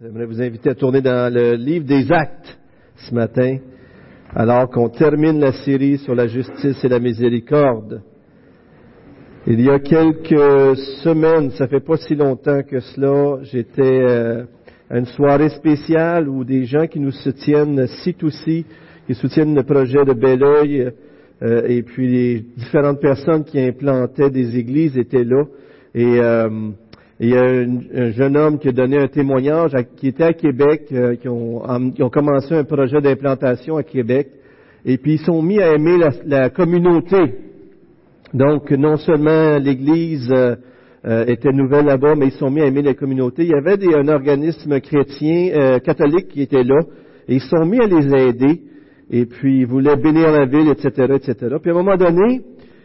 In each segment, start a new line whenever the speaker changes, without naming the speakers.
J'aimerais vous inviter à tourner dans le livre des Actes ce matin, alors qu'on termine la série sur la justice et la miséricorde. Il y a quelques semaines, ça fait pas si longtemps que cela, j'étais à une soirée spéciale où des gens qui nous soutiennent, C2C, qui soutiennent le projet de Belleuil, et puis les différentes personnes qui implantaient des églises étaient là. Et il y a un jeune homme qui a donné un témoignage, qui était à Québec, qui ont commencé un projet d'implantation à Québec, et puis ils sont mis à aimer la communauté. Donc, non seulement l'Église était nouvelle là-bas, mais ils sont mis à aimer la communauté. Il y avait un organisme chrétien, catholique qui était là, et ils sont mis à les aider, et puis ils voulaient bénir la ville, etc., etc. Puis à un moment donné,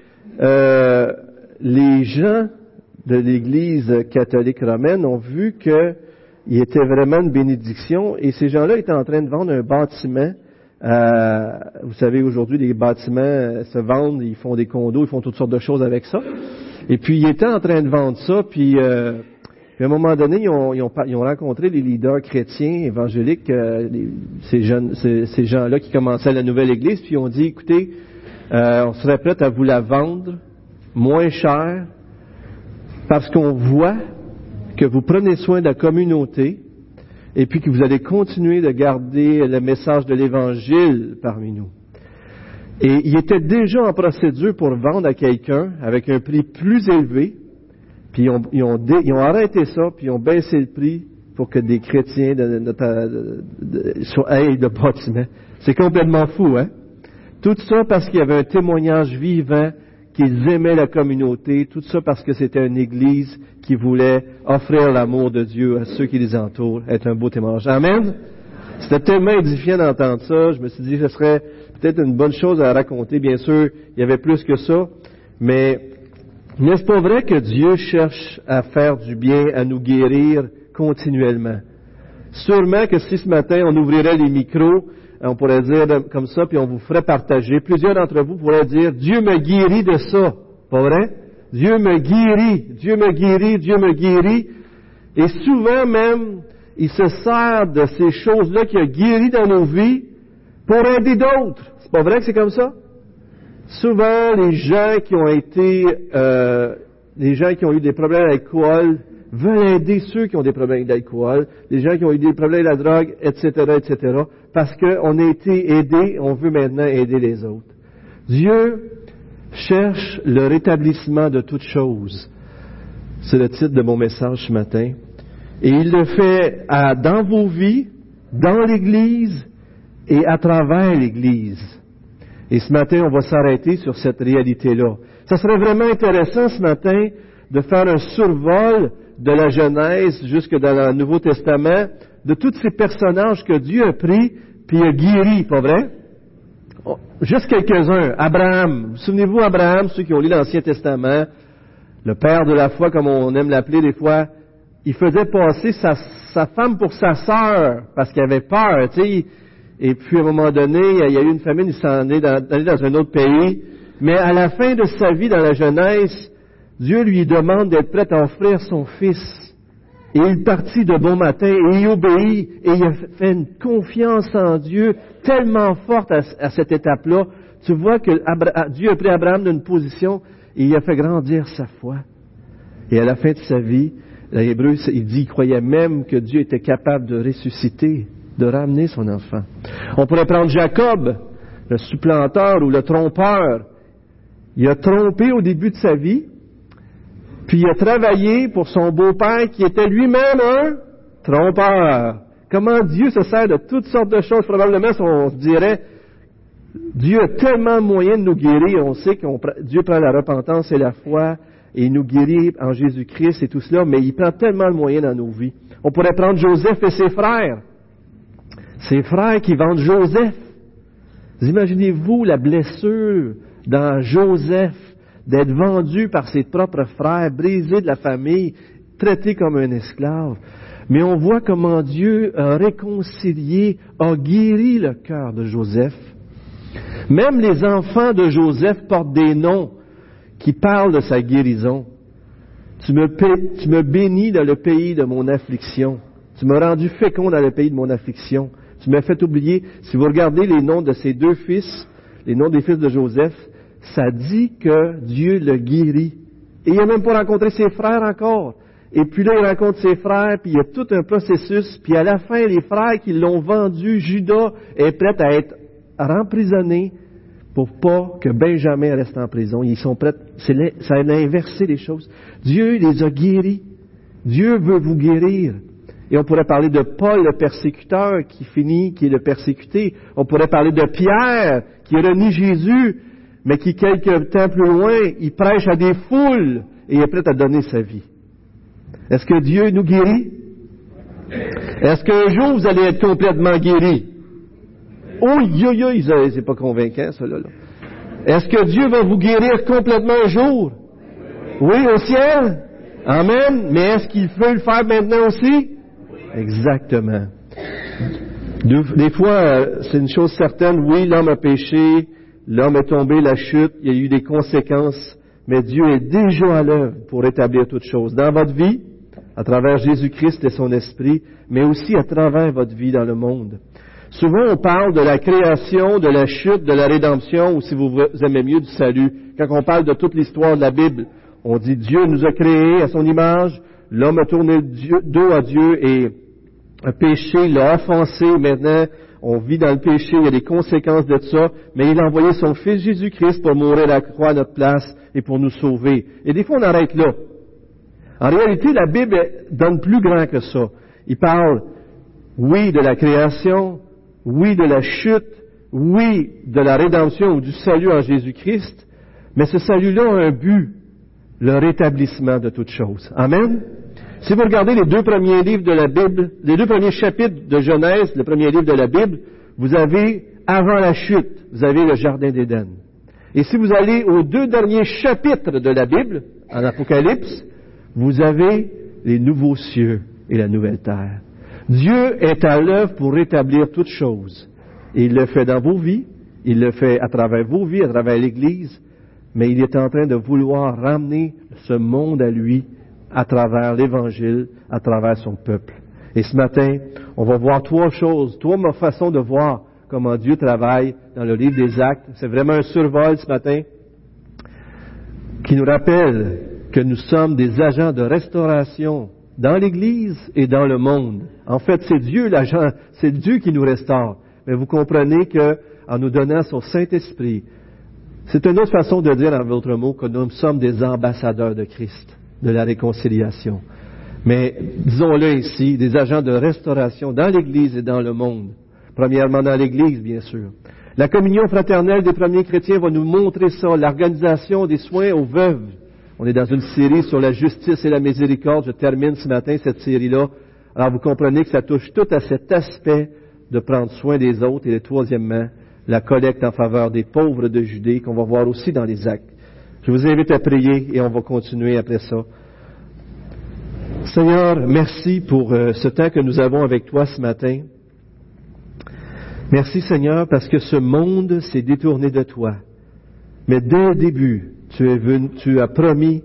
les gens de l'Église catholique romaine ont vu qu'il était vraiment une bénédiction, et ces gens-là étaient en train de vendre un bâtiment. Vous savez, aujourd'hui, les bâtiments se vendent, ils font des condos, ils font toutes sortes de choses avec ça. Et puis, ils étaient en train de vendre ça, puis à un moment donné, ils ont rencontré les leaders chrétiens, évangéliques, ces gens-là qui commençaient la nouvelle Église, puis ils ont dit, écoutez, on serait prêt à vous la vendre moins cher, parce qu'on voit que vous prenez soin de la communauté et puis que vous allez continuer de garder le message de l'Évangile parmi nous. Et il était déjà en procédure pour vendre à quelqu'un avec un prix plus élevé, puis ils ont arrêté ça, puis ils ont baissé le prix pour que des chrétiens aient le bâtiment. C'est complètement fou, hein? Tout ça parce qu'il y avait un témoignage vivant qu'ils aimaient la communauté, tout ça parce que c'était une Église qui voulait offrir l'amour de Dieu à ceux qui les entourent, être un beau témoignage. Amen? C'était tellement édifiant d'entendre ça, je me suis dit que ce serait peut-être une bonne chose à raconter. Bien sûr, il y avait plus que ça, mais n'est-ce pas vrai que Dieu cherche à faire du bien, à nous guérir continuellement? Sûrement que si ce matin on ouvrirait les micros, on pourrait dire comme ça, puis on vous ferait partager. Plusieurs d'entre vous pourraient dire, Dieu me guérit de ça. Pas vrai? Dieu me guérit, Dieu me guérit, Dieu me guérit. Et souvent même, il se sert de ces choses-là qu'il a guéri dans nos vies pour aider d'autres. C'est pas vrai que c'est comme ça? Souvent, les gens qui ont eu des problèmes avec l'alcool, veulent aider ceux qui ont des problèmes d'alcool, les gens qui ont eu des problèmes de la drogue, etc., etc., parce qu'on a été aidés, on veut maintenant aider les autres. Dieu cherche le rétablissement de toutes choses. C'est le titre de mon message ce matin. Et il le fait dans vos vies, dans l'Église et à travers l'Église. Et ce matin, on va s'arrêter sur cette réalité-là. Ça serait vraiment intéressant ce matin de faire un survol de la Genèse jusque dans le Nouveau Testament, de tous ces personnages que Dieu a pris puis a guéri, pas vrai? Juste quelques-uns. Abraham. Souvenez-vous, Abraham, ceux qui ont lu l'Ancien Testament, le père de la foi, comme on aime l'appeler des fois, il faisait passer sa femme pour sa sœur parce qu'il avait peur, tu sais. Et puis, à un moment donné, il y a eu une famine, il s'en est allé dans un autre pays. Mais à la fin de sa vie, dans la Genèse, Dieu lui demande d'être prêt à offrir son fils. Et il partit de bon matin et il obéit et il a fait une confiance en Dieu tellement forte à cette étape-là. Tu vois que Dieu a pris Abraham d'une position et il a fait grandir sa foi. Et à la fin de sa vie, l'Hébreu, il dit qu'il croyait même que Dieu était capable de ressusciter, de ramener son enfant. On pourrait prendre Jacob, le supplanteur ou le trompeur. Il a trompé au début de sa vie. Puis il a travaillé pour son beau-père qui était lui-même un trompeur. Comment Dieu se sert de toutes sortes de choses. Probablement, on se dirait, Dieu a tellement de moyens de nous guérir. On sait que Dieu prend la repentance et la foi et il nous guérit en Jésus-Christ et tout cela, mais il prend tellement de moyens dans nos vies. On pourrait prendre Joseph et ses frères. Ses frères qui vendent Joseph. Imaginez-vous la blessure dans Joseph, d'être vendu par ses propres frères, brisé de la famille, traité comme un esclave. Mais on voit comment Dieu a réconcilié, a guéri le cœur de Joseph. Même les enfants de Joseph portent des noms qui parlent de sa guérison. Tu me bénis dans le pays de mon affliction. Tu m'as rendu fécond dans le pays de mon affliction. Tu m'as fait oublier. Si vous regardez les noms de ses 2 fils, les noms des fils de Joseph, ça dit que Dieu le guérit. Et il n'a même pas rencontré ses frères encore. Et puis là, il rencontre ses frères, puis il y a tout un processus. Puis à la fin, les frères qui l'ont vendu, Judas est prêt à être emprisonné pour pas que Benjamin reste en prison. Ils sont prêts. Ça a inversé les choses. Dieu les a guéris. Dieu veut vous guérir. Et on pourrait parler de Paul, le persécuteur, qui est le persécuté. On pourrait parler de Pierre, qui renie Jésus, mais qui, quelques temps plus loin, il prêche à des foules et il est prêt à donner sa vie. Est-ce que Dieu nous guérit? Est-ce qu'un jour, vous allez être complètement guéris? C'est pas convaincant, ça, là. Est-ce que Dieu va vous guérir complètement un jour? Oui, au ciel? Amen. Mais est-ce qu'il peut le faire maintenant aussi? Exactement. Des fois, c'est une chose certaine, oui, l'homme a péché, l'homme est tombé, la chute, il y a eu des conséquences, mais Dieu est déjà à l'œuvre pour établir toutes choses dans votre vie, à travers Jésus-Christ et son Esprit, mais aussi à travers votre vie dans le monde. Souvent, on parle de la création, de la chute, de la rédemption, ou si vous aimez mieux, du salut. Quand on parle de toute l'histoire de la Bible, on dit Dieu nous a créés à son image, l'homme a tourné dos à Dieu et a péché, l'a offensé. Maintenant, on vit dans le péché, il y a des conséquences de ça, mais il a envoyé son Fils Jésus-Christ pour mourir à la croix à notre place et pour nous sauver. Et des fois, on arrête là. En réalité, la Bible donne plus grand que ça. Il parle, oui, de la création, oui, de la chute, oui, de la rédemption ou du salut en Jésus-Christ, mais ce salut-là a un but, le rétablissement de toutes choses. Amen? Si vous regardez les 2 premiers livres de la Bible, les 2 premiers chapitres de Genèse, le premier livre de la Bible, vous avez, avant la chute, vous avez le Jardin d'Éden. Et si vous allez aux 2 derniers chapitres de la Bible, en Apocalypse, vous avez les nouveaux cieux et la nouvelle terre. Dieu est à l'œuvre pour rétablir toutes choses. Et il le fait dans vos vies, il le fait à travers vos vies, à travers l'Église, mais il est en train de vouloir ramener ce monde à lui à travers l'Évangile, à travers son peuple. Et ce matin, on va voir 3 choses, 3 façons de voir comment Dieu travaille dans le livre des Actes. C'est vraiment un survol ce matin qui nous rappelle que nous sommes des agents de restauration dans l'Église et dans le monde. En fait, c'est Dieu l'agent, c'est Dieu qui nous restaure. Mais vous comprenez que, en nous donnant son Saint-Esprit, c'est une autre façon de dire, en d'autres mots, que nous sommes des ambassadeurs de Christ, de la réconciliation. Mais, disons-le ici, des agents de restauration dans l'Église et dans le monde. Premièrement dans l'Église, bien sûr. La communion fraternelle des premiers chrétiens va nous montrer ça, l'organisation des soins aux veuves. On est dans une série sur la justice et la miséricorde. Je termine ce matin cette série-là. Alors vous comprenez que ça touche tout à cet aspect de prendre soin des autres. Et troisièmement, la collecte en faveur des pauvres de Judée, qu'on va voir aussi dans les Actes. Je vous invite à prier et on va continuer après ça. Seigneur, merci pour ce temps que nous avons avec toi ce matin. Merci Seigneur parce que ce monde s'est détourné de toi. Mais dès le début, tu as promis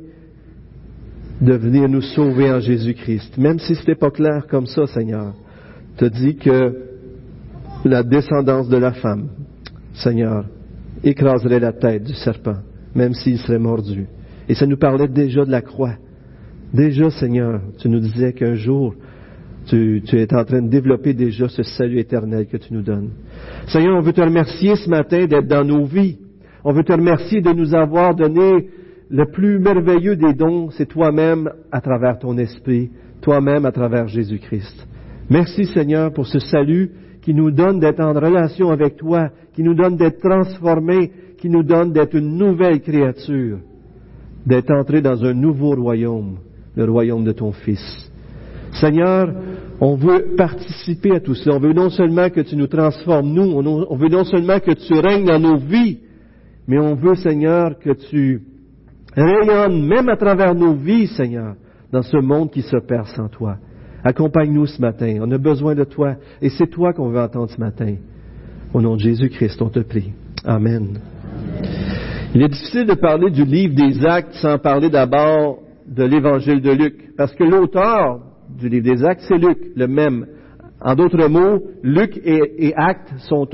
de venir nous sauver en Jésus-Christ. Même si ce n'était pas clair comme ça, Seigneur. Tu as dit que la descendance de la femme, Seigneur, écraserait la tête du serpent, même s'il serait mordu. Et ça nous parlait déjà de la croix. Déjà, Seigneur, tu nous disais qu'un jour, tu es en train de développer déjà ce salut éternel que tu nous donnes. Seigneur, on veut te remercier ce matin d'être dans nos vies. On veut te remercier de nous avoir donné le plus merveilleux des dons, c'est toi-même à travers ton esprit, toi-même à travers Jésus-Christ. Merci Seigneur pour ce salut qui nous donne d'être en relation avec toi, qui nous donne d'être transformés, qui nous donne d'être une nouvelle créature, d'être entré dans un nouveau royaume, le royaume de ton Fils. Seigneur, on veut participer à tout cela. On veut non seulement que tu nous transformes, nous, on veut non seulement que tu règnes dans nos vies, mais on veut, Seigneur, que tu rayonnes, même à travers nos vies, Seigneur, dans ce monde qui se perd sans toi. Accompagne-nous ce matin. On a besoin de toi. Et c'est toi qu'on veut entendre ce matin. Au nom de Jésus-Christ, on te prie. Amen. Il est difficile de parler du livre des Actes sans parler d'abord de l'Évangile de Luc. Parce que l'auteur du livre des Actes, c'est Luc, le même. En d'autres mots, Luc et Actes sont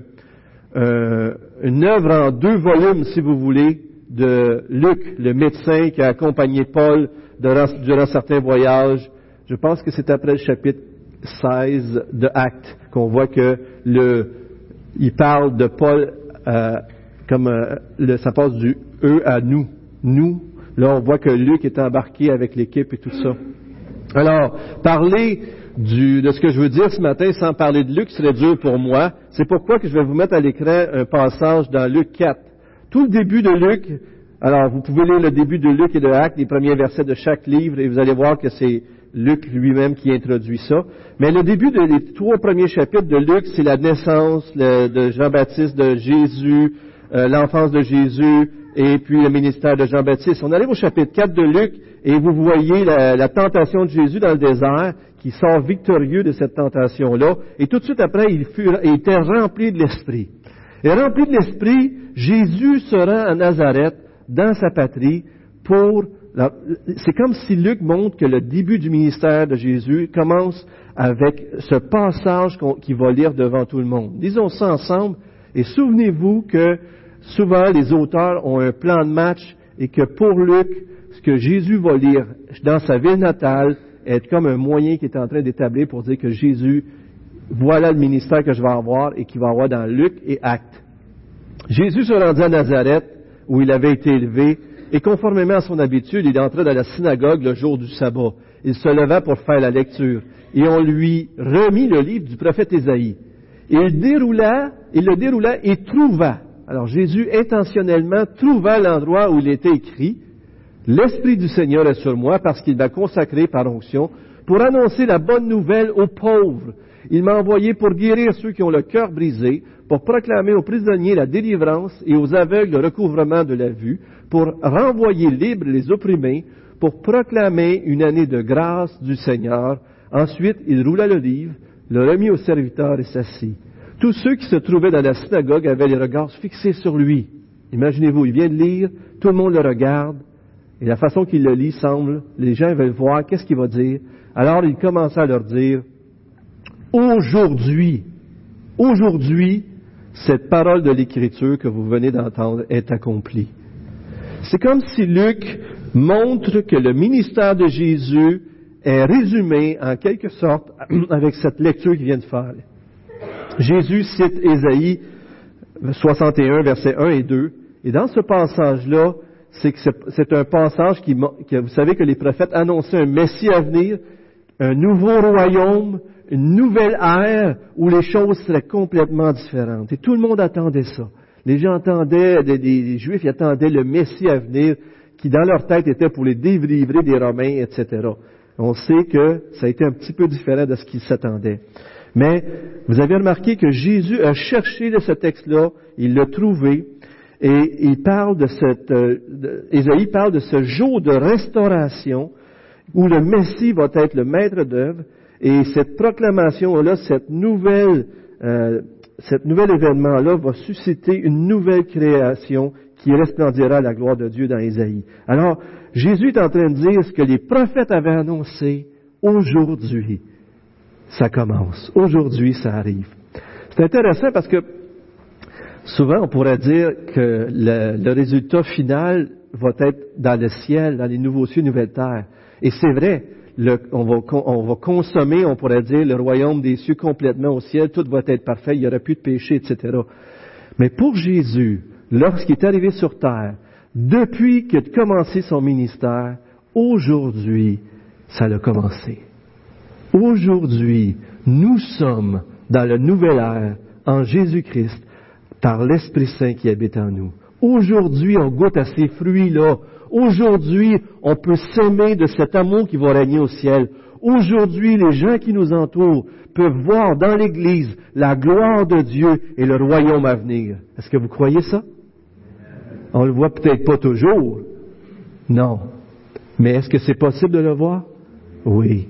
une œuvre en 2 volumes, si vous voulez, de Luc, le médecin qui a accompagné Paul durant certains voyages. Je pense que c'est après le chapitre 16 de Actes qu'on voit que il parle de Paul ça passe du « eux » à « nous ». Nous, là on voit que Luc est embarqué avec l'équipe et tout ça. Alors, parler de ce que je veux dire ce matin sans parler de Luc serait dur pour moi. C'est pourquoi que je vais vous mettre à l'écran un passage dans Luc 4. Tout le début de Luc, alors vous pouvez lire le début de Luc et de Actes, les premiers versets de chaque livre, et vous allez voir que c'est Luc lui-même qui introduit ça. Mais le début des 3 premiers chapitres de Luc, c'est la naissance de Jean-Baptiste, de Jésus, l'enfance de Jésus, et puis le ministère de Jean-Baptiste. On arrive au chapitre 4 de Luc, et vous voyez la tentation de Jésus dans le désert, qui sort victorieux de cette tentation-là, et tout de suite après, il était rempli de l'Esprit. Et rempli de l'Esprit, Jésus se rend à Nazareth, dans sa patrie, c'est comme si Luc montre que le début du ministère de Jésus commence avec ce passage qu'il va lire devant tout le monde. Lisons ça ensemble, et souvenez-vous que souvent les auteurs ont un plan de match, et que pour Luc, ce que Jésus va lire dans sa ville natale est comme un moyen qu'il est en train d'établir pour dire que Jésus, voilà le ministère que je vais avoir et qu'il va avoir dans Luc et Actes. Jésus se rendit à Nazareth, où il avait été élevé, et conformément à son habitude, il entrait dans la synagogue le jour du sabbat. Il se leva pour faire la lecture, et on lui remit le livre du prophète Ésaïe. Et il le déroula et trouva. Alors Jésus intentionnellement trouva l'endroit où il était écrit « L'Esprit du Seigneur est sur moi parce qu'il m'a consacré par onction pour annoncer la bonne nouvelle aux pauvres. Il m'a envoyé pour guérir ceux qui ont le cœur brisé, pour proclamer aux prisonniers la délivrance et aux aveugles le recouvrement de la vue, pour renvoyer libres les opprimés, pour proclamer une année de grâce du Seigneur. » Ensuite, il roula le livre, le remit au serviteur et s'assit. Tous ceux qui se trouvaient dans la synagogue avaient les regards fixés sur lui. Imaginez-vous, il vient de lire, tout le monde le regarde, et la façon qu'il le lit semble, les gens veulent voir, qu'est-ce qu'il va dire? Alors il commença à leur dire, Aujourd'hui, cette parole de l'Écriture que vous venez d'entendre est accomplie. C'est comme si Luc montre que le ministère de Jésus est résumé en quelque sorte avec cette lecture qu'il vient de faire. Jésus cite Ésaïe 61, versets 1 et 2, et dans ce passage-là, c'est un passage que vous savez que les prophètes annonçaient un Messie à venir, un nouveau royaume, une nouvelle ère où les choses seraient complètement différentes. Et tout le monde attendait ça. Les gens attendaient, les Juifs ils attendaient le Messie à venir, qui dans leur tête était pour les délivrer des Romains, etc. On sait que ça a été un petit peu différent de ce qu'ils s'attendaient. Mais vous avez remarqué que Jésus a cherché de ce texte-là, il l'a trouvé, et il parle Ésaïe parle de ce jour de restauration où le Messie va être le maître d'œuvre, et cette proclamation-là, cet nouvel événement-là va susciter une nouvelle création qui resplendira à la gloire de Dieu dans Ésaïe. Alors, Jésus est en train de dire ce que les prophètes avaient annoncé, aujourd'hui, ça commence. Aujourd'hui, ça arrive. C'est intéressant parce que souvent, on pourrait dire que le résultat final va être dans le ciel, dans les nouveaux cieux, nouvelles terres. Et c'est vrai, on va consommer, on pourrait dire, le royaume des cieux complètement au ciel, tout va être parfait, il n'y aura plus de péché, etc. Mais pour Jésus, lorsqu'il est arrivé sur terre, depuis qu'il a commencé son ministère, aujourd'hui, ça a commencé. Aujourd'hui, nous sommes dans la nouvelle ère, en Jésus-Christ, par l'Esprit Saint qui habite en nous. Aujourd'hui, on goûte à ces fruits-là. Aujourd'hui, on peut s'aimer de cet amour qui va régner au ciel. Aujourd'hui, les gens qui nous entourent peuvent voir dans l'Église la gloire de Dieu et le royaume à venir. Est-ce que vous croyez ça? On le voit peut-être pas toujours. Non. Mais est-ce que c'est possible de le voir? Oui.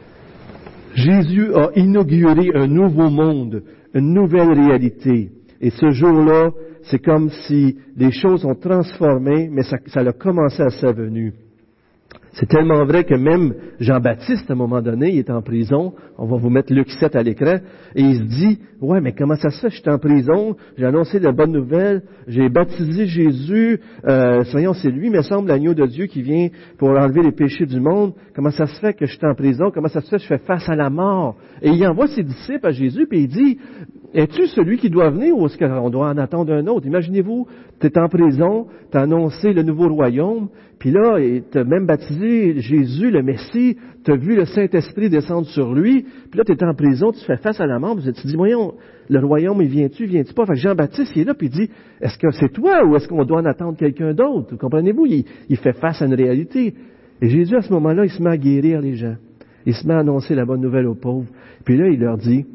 Jésus a inauguré un nouveau monde, une nouvelle réalité. Et ce jour-là, c'est comme si les choses ont transformé, mais ça a commencé à sa venue. C'est tellement vrai que même Jean-Baptiste, à un moment donné, il est en prison. On va vous mettre Luc 7 à l'écran. Et il se dit, ouais, mais comment ça se fait? Je suis en prison, j'ai annoncé la bonne nouvelle, j'ai baptisé Jésus. Voyons, c'est lui, me semble, l'agneau de Dieu qui vient pour enlever les péchés du monde. Comment ça se fait que je suis en prison? Comment ça se fait que je fais face à la mort? Et il envoie ses disciples à Jésus, puis il dit, es-tu celui qui doit venir ou est-ce qu'on doit en attendre un autre? Imaginez-vous, tu es en prison, tu as annoncé le nouveau royaume, puis là, tu as même baptisé Jésus, le Messie, tu as vu le Saint-Esprit descendre sur lui, puis là, tu es en prison, tu fais face à la mort, puis tu te dis, voyons, le royaume, il vient-tu pas? Fait que Jean-Baptiste, il est là, puis il dit, est-ce que c'est toi ou est-ce qu'on doit en attendre quelqu'un d'autre? Vous comprenez-vous? Il fait face à une réalité. Et Jésus, à ce moment-là, il se met à guérir les gens. Il se met à annoncer la bonne nouvelle aux pauvres. Puis là, il leur dit,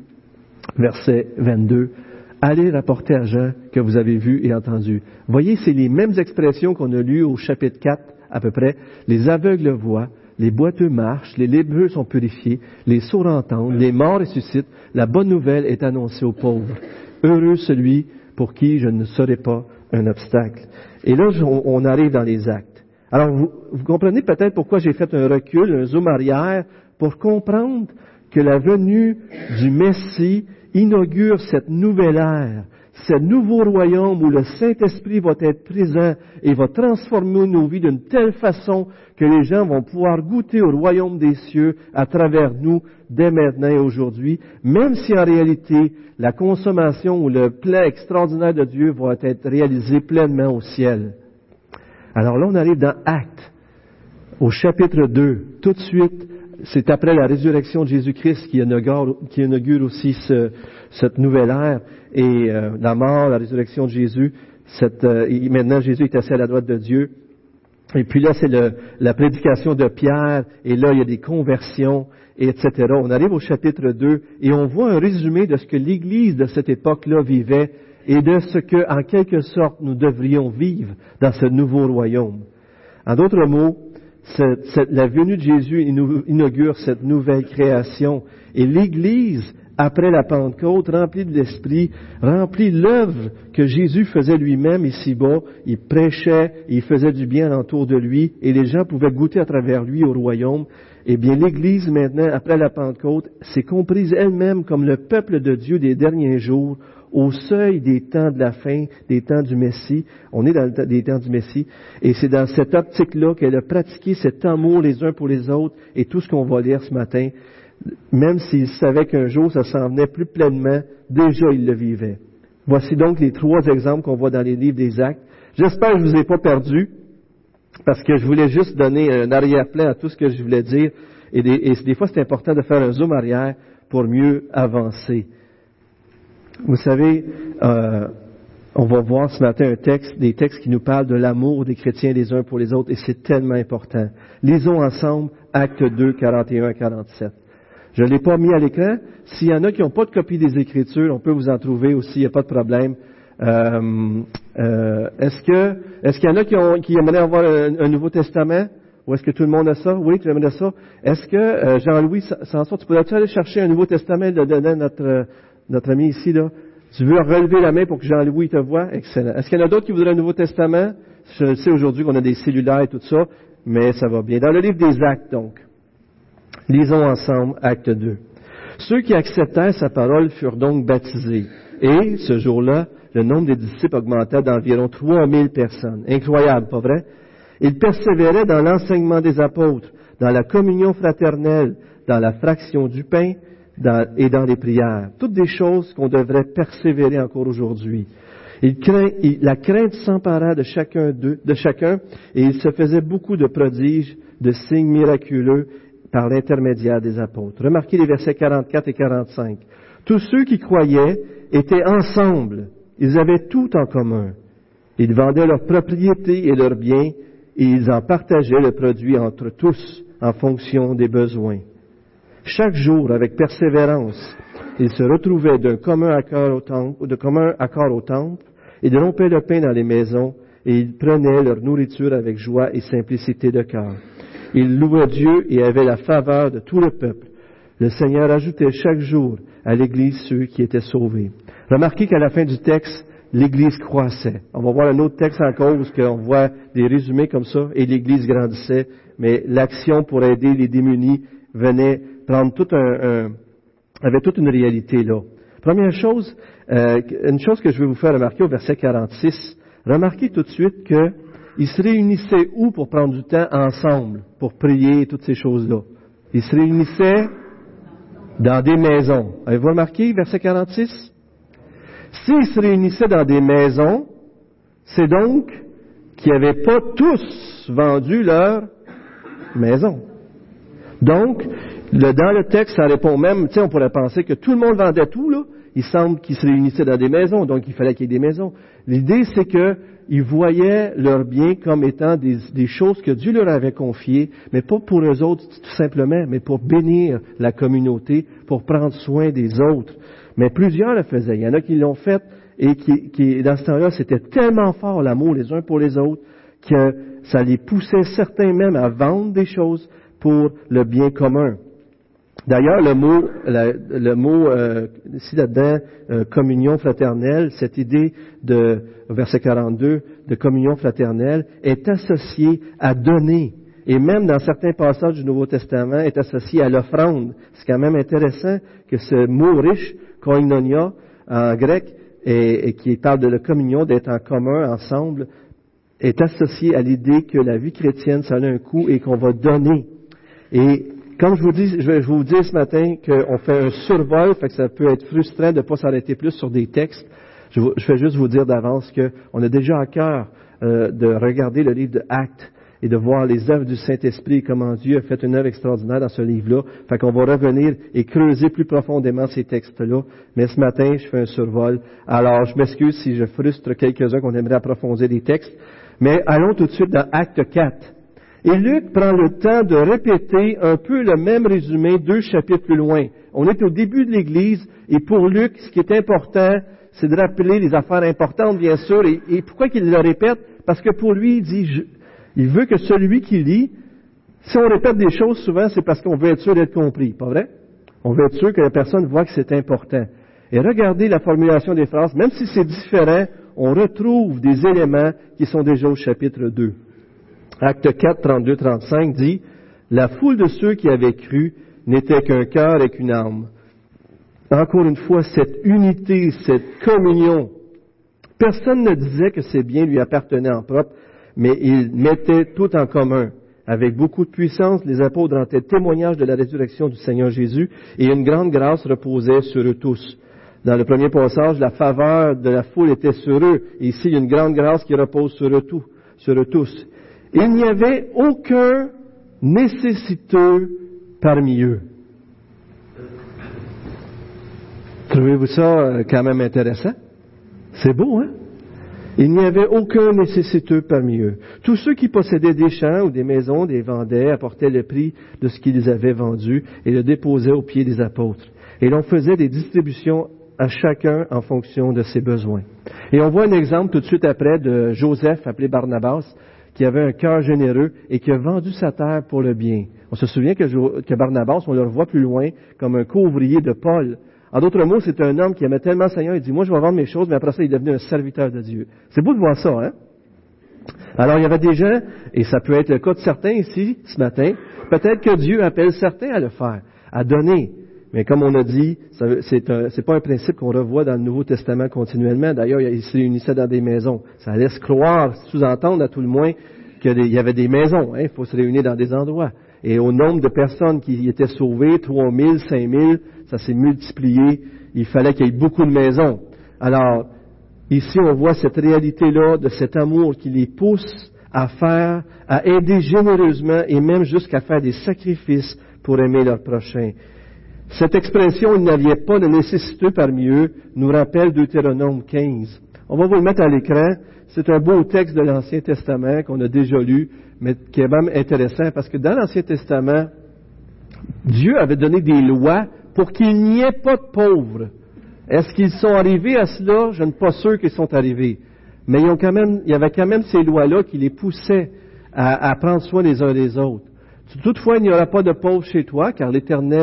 verset 22, « Allez rapporter à Jean que vous avez vu et entendu. » Voyez, c'est les mêmes expressions qu'on a lues au chapitre 4, à peu près. Les aveugles voient, les boiteux marchent, les lépreux sont purifiés, les sourds entendent, les morts ressuscitent. La bonne nouvelle est annoncée aux pauvres. Heureux celui pour qui je ne serai pas un obstacle. Et là, on arrive dans les actes. Alors, vous comprenez peut-être pourquoi j'ai fait un recul, un zoom arrière, pour comprendre que la venue du Messie inaugure cette nouvelle ère, ce nouveau royaume où le Saint-Esprit va être présent et va transformer nos vies d'une telle façon que les gens vont pouvoir goûter au royaume des cieux à travers nous dès maintenant et aujourd'hui, même si en réalité la consommation ou le plan extraordinaire de Dieu va être réalisé pleinement au ciel. Alors là, on arrive dans Actes, au chapitre 2, tout de suite. C'est après la résurrection de Jésus-Christ qui inaugure aussi cette nouvelle ère. Et la mort, la résurrection de Jésus, maintenant Jésus est assis à la droite de Dieu. Et puis là, c'est la prédication de Pierre, et là, il y a des conversions, etc. On arrive au chapitre 2, et on voit un résumé de ce que l'Église de cette époque-là vivait, et de ce que, en quelque sorte, nous devrions vivre dans ce nouveau royaume. En d'autres mots, la venue de Jésus inaugure cette nouvelle création. Et l'Église, après la Pentecôte, remplie de l'Esprit, remplit l'œuvre que Jésus faisait lui-même ici-bas. Il prêchait, il faisait du bien autour de lui, et les gens pouvaient goûter à travers lui au royaume. Eh bien, l'Église, maintenant, après la Pentecôte, s'est comprise elle-même comme le peuple de Dieu des derniers jours, au seuil des temps de la fin, des temps du Messie. On est dans des temps du Messie. Et c'est dans cette optique-là qu'elle a pratiqué cet amour les uns pour les autres et tout ce qu'on va lire ce matin. Même s'il savait qu'un jour ça s'en venait plus pleinement, déjà il le vivait. Voici donc les 3 exemples qu'on voit dans les livres des Actes. J'espère que je ne vous ai pas perdu, parce que je voulais juste donner un arrière-plan à tout ce que je voulais dire. Et des fois, c'est important de faire un zoom arrière pour mieux avancer. Vous savez, on va voir ce matin des textes qui nous parlent de l'amour des chrétiens les uns pour les autres, et c'est tellement important. Lisons ensemble Actes 2, 41 à 47. Je ne l'ai pas mis à l'écran. S'il y en a qui n'ont pas de copie des Écritures, on peut vous en trouver aussi, il n'y a pas de problème. Est-ce qu'il y en a qui aimeraient avoir un Nouveau Testament? Ou est-ce que tout le monde a ça? Oui, tu aimerais ça? Est-ce que, Jean-Louis Sanson, tu pourrais-tu aller chercher un Nouveau Testament de notre ami ici, là? Tu veux relever la main pour que Jean-Louis te voie? Excellent. Est-ce qu'il y en a d'autres qui voudraient un Nouveau Testament? Je sais aujourd'hui qu'on a des cellulaires et tout ça, mais ça va bien. Dans le livre des Actes, donc. Lisons ensemble Acte 2. Ceux qui acceptèrent sa parole furent donc baptisés. Et, ce jour-là, le nombre des disciples augmenta d'environ 3000 personnes. Incroyable, pas vrai? Ils persévéraient dans l'enseignement des apôtres, dans la communion fraternelle, dans la fraction du pain et dans les prières. Toutes des choses qu'on devrait persévérer encore aujourd'hui. La crainte s'empara de chacun, et il se faisait beaucoup de prodiges, de signes miraculeux par l'intermédiaire des apôtres. Remarquez les versets 44 et 45. Tous ceux qui croyaient étaient ensemble. Ils avaient tout en commun. Ils vendaient leurs propriétés et leurs biens, et ils en partageaient le produit entre tous en fonction des besoins. Chaque jour, avec persévérance, ils se retrouvaient d'un commun accord au temple, ils rompaient le pain dans les maisons, et ils prenaient leur nourriture avec joie et simplicité de cœur. Ils louaient Dieu et avaient la faveur de tout le peuple. Le Seigneur ajoutait chaque jour à l'Église ceux qui étaient sauvés. Remarquez qu'à la fin du texte, l'Église croissait. On va voir un autre texte encore où on voit des résumés comme ça, et l'Église grandissait, mais l'action pour aider les démunis venait prendre avait toute une réalité là. Première chose, une chose que je vais vous faire remarquer au verset 46, remarquez tout de suite qu'ils se réunissaient où pour prendre du temps ensemble, pour prier et toutes ces choses-là? Ils se réunissaient dans des maisons. Avez-vous remarqué, verset 46? S'ils se réunissaient dans des maisons, c'est donc qu'ils n'avaient pas tous vendu leur maison. Donc, dans le texte, ça répond même, tu sais, on pourrait penser que tout le monde vendait tout, là. Il semble qu'ils se réunissaient dans des maisons, donc il fallait qu'il y ait des maisons. L'idée, c'est qu'ils voyaient leurs biens comme étant des choses que Dieu leur avait confiées, mais pas pour eux autres, tout simplement, mais pour bénir la communauté, pour prendre soin des autres. Mais plusieurs le faisaient. Il y en a qui l'ont fait, et qui dans ce temps-là, c'était tellement fort l'amour les uns pour les autres, que ça les poussait certains même à vendre des choses pour le bien commun. D'ailleurs, le mot ici là-dedans, communion fraternelle, cette idée de verset 42 de communion fraternelle est associée à donner. Et même dans certains passages du Nouveau Testament est associé à l'offrande. C'est quand même intéressant que ce mot riche, koinonia, en grec, et qui parle de la communion, d'être en commun, ensemble, est associé à l'idée que la vie chrétienne, ça a un coût et qu'on va donner. Et comme je vais vous dire ce matin qu'on fait un survol, fait que ça peut être frustrant de ne pas s'arrêter plus sur des textes. Je vais juste vous dire d'avance qu'on a déjà à cœur de regarder le livre de Actes et de voir les œuvres du Saint-Esprit et comment Dieu a fait une œuvre extraordinaire dans ce livre-là. Fait qu'on va revenir et creuser plus profondément ces textes-là. Mais ce matin, je fais un survol. Alors, je m'excuse si je frustre quelques-uns qu'on aimerait approfondir des textes. Mais allons tout de suite dans Acte 4. Et Luc prend le temps de répéter un peu le même résumé 2 chapitres plus loin. On est au début de l'Église, et pour Luc, ce qui est important, c'est de rappeler les affaires importantes, bien sûr. Et pourquoi qu'il le répète? Parce que pour lui, il dit, il veut que celui qui lit, si on répète des choses souvent, c'est parce qu'on veut être sûr d'être compris, pas vrai? On veut être sûr que la personne voit que c'est important. Et regardez la formulation des phrases, même si c'est différent, on retrouve des éléments qui sont déjà au chapitre 2. Acte 4, 32-35 dit, « La foule de ceux qui avaient cru n'était qu'un cœur et qu'une âme. » Encore une fois, cette unité, cette communion. Personne ne disait que ses biens lui appartenaient en propre, mais ils mettaient tout en commun. Avec beaucoup de puissance, les apôtres rendaient témoignage de la résurrection du Seigneur Jésus, et une grande grâce reposait sur eux tous. Dans le premier passage, la faveur de la foule était sur eux, et ici, il y a une grande grâce qui repose sur eux tous. Il n'y avait aucun nécessiteux parmi eux. Trouvez-vous ça quand même intéressant? C'est beau, hein? Il n'y avait aucun nécessiteux parmi eux. Tous ceux qui possédaient des champs ou des maisons les vendaient, apportaient le prix de ce qu'ils avaient vendu et le déposaient aux pieds des apôtres. Et l'on faisait des distributions à chacun en fonction de ses besoins. Et on voit un exemple tout de suite après de Joseph, appelé Barnabas, qui avait un cœur généreux et qui a vendu sa terre pour le bien. On se souvient que Barnabas, on le revoit plus loin, comme un co-ouvrier de Paul. En d'autres mots, c'est un homme qui aimait tellement le Seigneur, il dit, moi je vais vendre mes choses, mais après ça, il est devenu un serviteur de Dieu. C'est beau de voir ça, hein? Alors, il y avait des gens, et ça peut être le cas de certains ici, ce matin, peut-être que Dieu appelle certains à le faire, à donner. Mais comme on a dit, c'est pas un principe qu'on revoit dans le Nouveau Testament continuellement. D'ailleurs, ils se réunissaient dans des maisons. Ça laisse croire, sous-entendre à tout le moins, qu'il y avait des maisons. Hein? Il faut se réunir dans des endroits. Et au nombre de personnes qui étaient sauvées, 3 000, 5 000, ça s'est multiplié. Il fallait qu'il y ait beaucoup de maisons. Alors, ici, on voit cette réalité-là, de cet amour qui les pousse à aider généreusement et même jusqu'à faire des sacrifices pour aimer leur prochain. Cette expression, il n'y avait pas de nécessiteux parmi eux, nous rappelle Deutéronome 15. On va vous le mettre à l'écran. C'est un beau texte de l'Ancien Testament qu'on a déjà lu, mais qui est même intéressant parce que dans l'Ancien Testament, Dieu avait donné des lois pour qu'il n'y ait pas de pauvres. Est-ce qu'ils sont arrivés à cela? Je ne suis pas sûr qu'ils sont arrivés. Mais il y avait quand même ces lois-là qui les poussaient à prendre soin les uns des autres. Toutefois, il n'y aura pas de pauvres chez toi, car l'Éternel,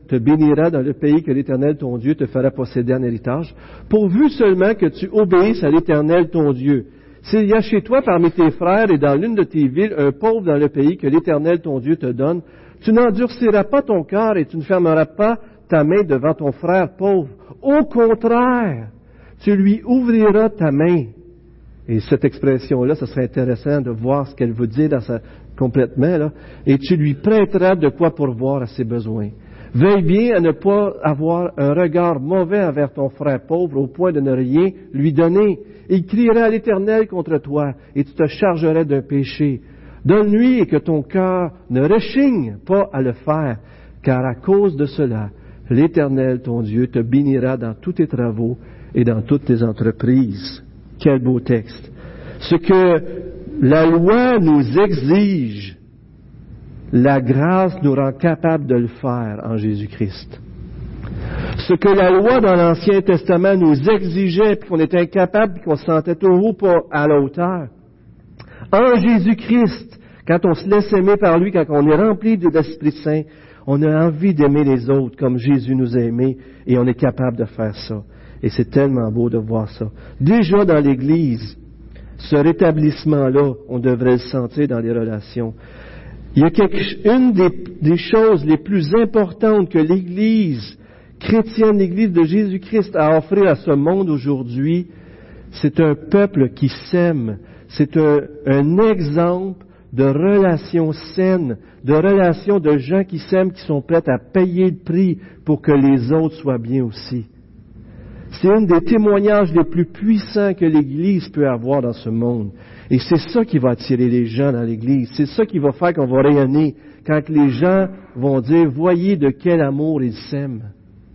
te bénira dans le pays que l'Éternel, ton Dieu, te fera posséder en héritage, pourvu seulement que tu obéisses à l'Éternel, ton Dieu. S'il y a chez toi parmi tes frères et dans l'une de tes villes un pauvre dans le pays que l'Éternel, ton Dieu, te donne, tu n'endurciras pas ton cœur et tu ne fermeras pas ta main devant ton frère pauvre. Au contraire, tu lui ouvriras ta main. Et cette expression-là, ce serait intéressant de voir ce qu'elle veut dire complètement, là. Et tu lui prêteras de quoi pourvoir à ses besoins. Veille bien à ne pas avoir un regard mauvais envers ton frère pauvre au point de ne rien lui donner. Il criera à l'Éternel contre toi et tu te chargerais d'un péché. Donne-lui et que ton cœur ne rechigne pas à le faire, car à cause de cela, l'Éternel, ton Dieu, te bénira dans tous tes travaux et dans toutes tes entreprises. Quel beau texte. Ce que la loi nous exige, la grâce nous rend capable de le faire en Jésus-Christ. Ce que la loi dans l'Ancien Testament nous exigeait, puis qu'on était incapable, puis qu'on se sentait toujours pas à la hauteur. En Jésus-Christ, quand on se laisse aimer par lui, quand on est rempli de l'Esprit Saint, on a envie d'aimer les autres comme Jésus nous a aimés, et on est capable de faire ça. Et c'est tellement beau de voir ça. Déjà dans l'Église, ce rétablissement-là, on devrait le sentir dans les relations. Il y a une des choses les plus importantes que l'Église chrétienne, l'Église de Jésus-Christ a offert à ce monde aujourd'hui, c'est un peuple qui s'aime. C'est un exemple de relations saines, de relations de gens qui s'aiment, qui sont prêts à payer le prix pour que les autres soient bien aussi. C'est un des témoignages les plus puissants que l'Église peut avoir dans ce monde. Et c'est ça qui va attirer les gens dans l'Église. C'est ça qui va faire qu'on va rayonner quand les gens vont dire, voyez de quel amour ils s'aiment.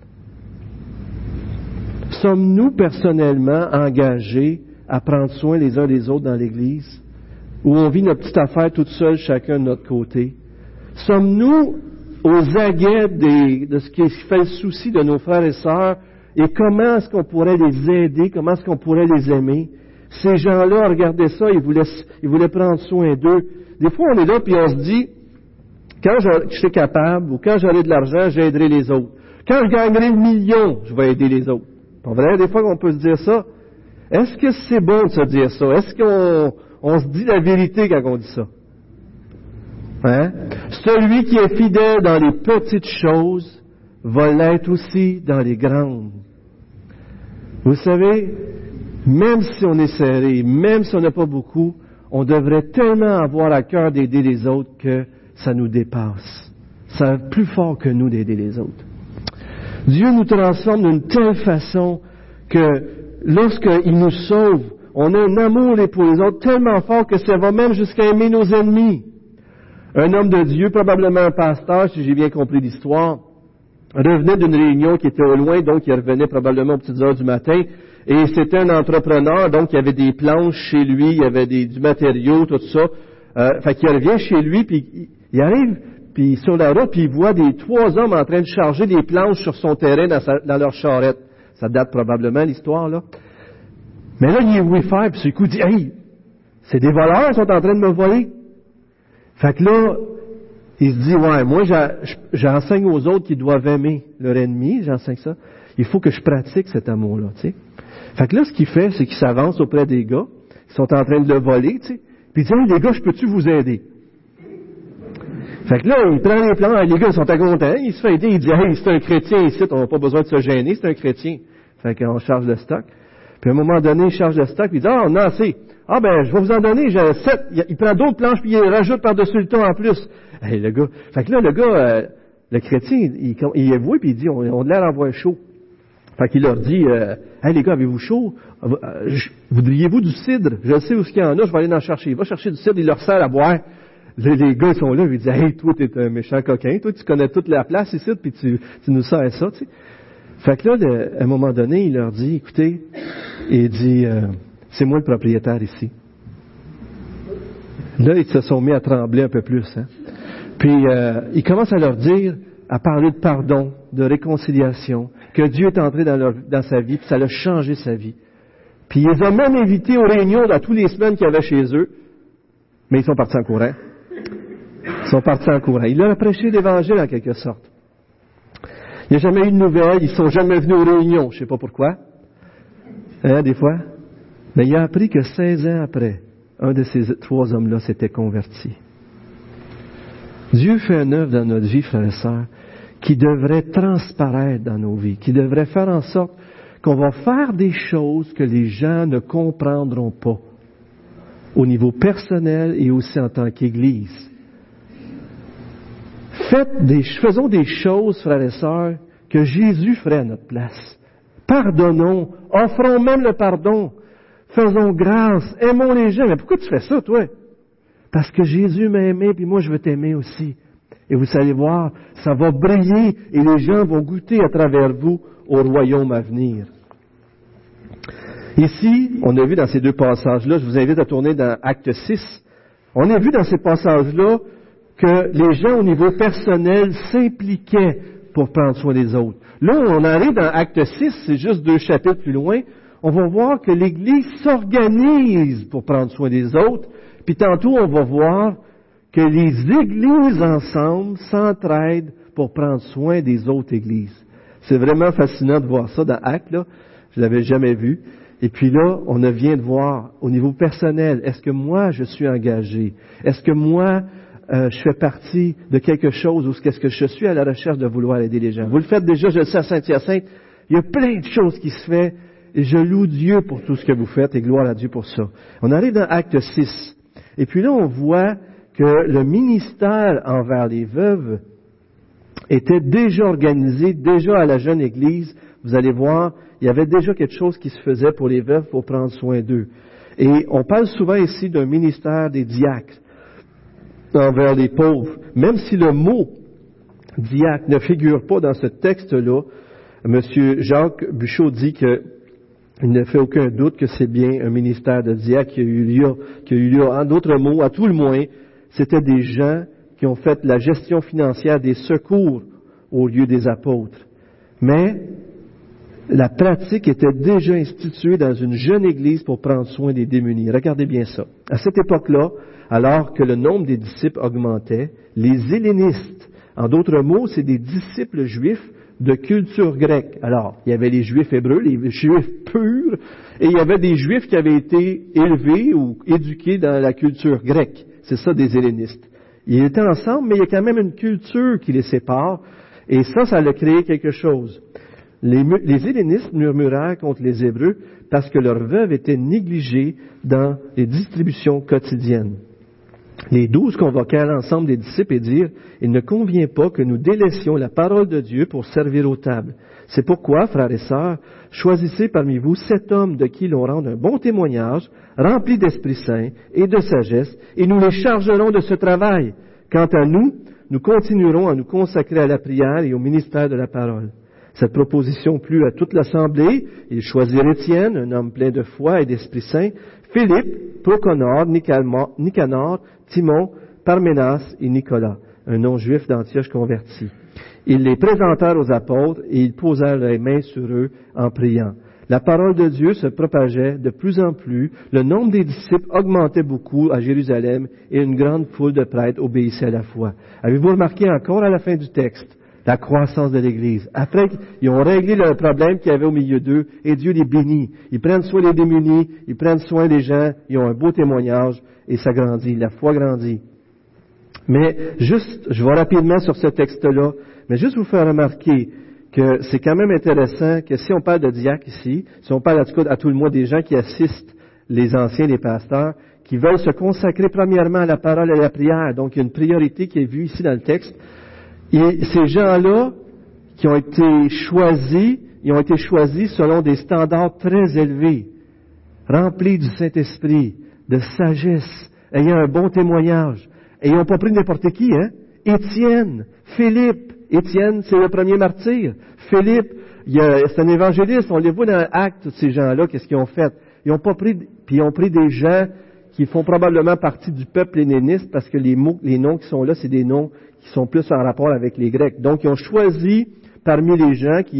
Sommes-nous personnellement engagés à prendre soin les uns des autres dans l'Église? Ou on vit notre petite affaire toute seule, chacun de notre côté? Sommes-nous aux aguets de ce qui fait le souci de nos frères et sœurs? Et comment est-ce qu'on pourrait les aider? Comment est-ce qu'on pourrait les aimer? Ces gens-là, regardez ça, ils voulaient prendre soin d'eux. Des fois, on est là, puis on se dit, quand je serai capable, ou quand j'aurai de l'argent, j'aiderai les autres. Quand je gagnerai 1 million, je vais aider les autres. Pas vrai? Des fois qu'on peut se dire ça. Est-ce que c'est bon de se dire ça? Est-ce qu'on se dit la vérité quand on dit ça? Hein? Celui qui est fidèle dans les petites choses va l'être aussi dans les grandes. Vous savez, même si on est serré, même si on n'a pas beaucoup, on devrait tellement avoir à cœur d'aider les autres que ça nous dépasse. Ça est plus fort que nous d'aider les autres. Dieu nous transforme d'une telle façon que lorsqu'il nous sauve, on a un amour les pour les autres tellement fort que ça va même jusqu'à aimer nos ennemis. Un homme de Dieu, probablement un pasteur, si j'ai bien compris l'histoire, revenait d'une réunion qui était au loin, donc il revenait probablement aux petites heures du matin, et c'était un entrepreneur, donc il y avait des planches chez lui, il y avait du matériau, tout ça. Fait qu'il revient chez lui, puis il arrive, puis sur la route, puis il voit 3 hommes en train de charger des planches sur son terrain dans leur charrette. Ça date probablement, l'histoire, là. Mais là, il est Wi-Fi, puis ce coup, il dit, « Hey, c'est des voleurs, ils sont en train de me voler. » Fait que là, il se dit, « Ouais, moi, j'enseigne aux autres qui doivent aimer leur ennemi, j'enseigne ça. Il faut que je pratique cet amour-là, tu sais. » Fait que là, ce qu'il fait, c'est qu'il s'avance auprès des gars qui sont en train de le voler, tu sais. Puis il dit, « Hey, les gars, je peux-tu vous aider? » Fait que là, il prend les plans, les gars sont contents, il se fait aider, il dit, « Hey, c'est un chrétien ici, on n'a pas besoin de se gêner, c'est un chrétien. » Fait qu'on charge le stock. Puis à un moment donné, il charge le stock, puis il dit, « Ah, on a assez. Ah ben, je vais vous en donner, j'ai 7. » Il prend d'autres planches, puis il rajoute par-dessus le ton en plus. Hey, le gars. Fait que là, le gars, le chrétien, il est voué, puis il dit, on a l'air d'avoir chaud. Fait qu'il leur dit, « Hey les gars, avez-vous chaud? Voudriez-vous du cidre? Je sais où ce qu'il y en a, je vais aller en chercher. » Il va chercher du cidre, il leur sert à boire. Les gars, ils sont là, ils disent, « Hey, toi, t'es un méchant coquin, toi, tu connais toute la place ici, puis tu nous sers ça, tu sais. » Fait que là, à un moment donné, il leur dit, « Écoutez, il dit, c'est moi le propriétaire ici. » Là, ils se sont mis à trembler un peu plus, hein. Puis, il commence à leur dire, à parler de pardon, de réconciliation, que Dieu est entré dans sa vie, puis ça a changé sa vie. Puis, ils les ont même invités aux réunions dans toutes les semaines qu'il y avait chez eux, mais ils sont partis en courant. Ils sont partis en courant. Il leur a prêché l'Évangile en quelque sorte. Il n'y a jamais eu de nouvelles, ils ne sont jamais venus aux réunions, je ne sais pas pourquoi. Hein, des fois. Mais il a appris que 16 ans après, un de ces 3 hommes-là s'était converti. Dieu fait un œuvre dans notre vie, frères et sœurs, qui devrait transparaître dans nos vies, qui devrait faire en sorte qu'on va faire des choses que les gens ne comprendront pas, au niveau personnel et aussi en tant qu'Église. Faisons des choses, frères et sœurs, que Jésus ferait à notre place. Pardonnons, offrons même le pardon, faisons grâce, aimons les gens. Mais pourquoi tu fais ça, toi? Parce que Jésus m'a aimé, puis moi je veux t'aimer aussi. Et vous allez voir, ça va briller et les gens vont goûter à travers vous au royaume à venir. Ici, on a vu dans ces 2 passages-là, je vous invite à tourner dans Acte 6, on a vu dans ces passages-là que les gens au niveau personnel s'impliquaient pour prendre soin des autres. Là, on arrive dans Acte 6, c'est juste 2 chapitres plus loin, on va voir que l'Église s'organise pour prendre soin des autres, puis tantôt on va voir que les églises ensemble s'entraident pour prendre soin des autres églises. C'est vraiment fascinant de voir ça dans Actes, là. Je l'avais jamais vu. Et puis là, on vient de voir au niveau personnel, est-ce que moi je suis engagé? Est-ce que moi je fais partie de quelque chose ou est-ce que je suis à la recherche de vouloir aider les gens? Vous le faites déjà, je le sais à Saint-Hyacinthe, il y a plein de choses qui se font et je loue Dieu pour tout ce que vous faites et gloire à Dieu pour ça. On arrive dans Acte 6. Et puis là, on voit que le ministère envers les veuves était déjà organisé, déjà à la jeune Église. Vous allez voir, il y avait déjà quelque chose qui se faisait pour les veuves pour prendre soin d'eux. Et on parle souvent ici d'un ministère des diacres envers les pauvres. Même si le mot diacre ne figure pas dans ce texte-là, M. Jacques Buchot dit qu'il ne fait aucun doute que c'est bien un ministère de diacre qui a eu lieu. En d'autres mots, à tout le moins, c'était des gens qui ont fait la gestion financière des secours au lieu des apôtres. Mais la pratique était déjà instituée dans une jeune église pour prendre soin des démunis. Regardez bien ça. À cette époque-là, alors que le nombre des disciples augmentait, les hellénistes, en d'autres mots, c'est des disciples juifs de culture grecque. Alors, il y avait les juifs hébreux, les juifs purs, et il y avait des juifs qui avaient été élevés ou éduqués dans la culture grecque. C'est ça des hellénistes. Ils étaient ensemble, mais il y a quand même une culture qui les sépare, et ça a créé quelque chose. Les hellénistes murmurèrent contre les Hébreux parce que leurs veuves étaient négligées dans les distributions quotidiennes. Les 12 convoquèrent l'ensemble des disciples et dirent, « Il ne convient pas que nous délaissions la parole de Dieu pour servir aux tables. C'est pourquoi, frères et sœurs, choisissez parmi vous 7 hommes de qui l'on rende un bon témoignage, remplis d'Esprit Saint et de sagesse, et nous les chargerons de ce travail. Quant à nous, nous continuerons à nous consacrer à la prière et au ministère de la parole. » Cette proposition plut à toute l'assemblée. Ils choisirent Étienne, un homme plein de foi et d'Esprit Saint, Philippe, Proconor, Nicanor, Timon, Parménas et Nicolas, un non-juif d'Antioche converti. Ils les présentèrent aux apôtres et ils posèrent les mains sur eux en priant. La parole de Dieu se propageait de plus en plus, le nombre des disciples augmentait beaucoup à Jérusalem et une grande foule de prêtres obéissait à la foi. Avez-vous remarqué encore à la fin du texte la croissance de l'Église? Après, ils ont réglé le problème qu'il y avait au milieu d'eux et Dieu les bénit. Ils prennent soin des démunis, ils prennent soin des gens, ils ont un beau témoignage et ça grandit, la foi grandit. Mais juste, je vais rapidement sur ce texte-là, mais juste vous faire remarquer que c'est quand même intéressant que si on parle de diacres ici, si on parle en tout cas à tout le moins des gens qui assistent les anciens, les pasteurs, qui veulent se consacrer premièrement à la parole et à la prière, donc il y a une priorité qui est vue ici dans le texte. Et ces gens-là qui ont été choisis, ils ont été choisis selon des standards très élevés, remplis du Saint-Esprit, de sagesse, ayant un bon témoignage. Et ils n'ont pas pris n'importe qui, hein? Étienne, Philippe. Étienne, c'est le premier martyr. Philippe, c'est un évangéliste. On les voit dans l'Acte, ces gens-là, qu'est-ce qu'ils ont fait? Ils ont pas pris, puis ils ont pris des gens qui font probablement partie du peuple helléniste, parce que les noms qui sont là, c'est des noms qui sont plus en rapport avec les Grecs. Donc, ils ont choisi parmi les gens qui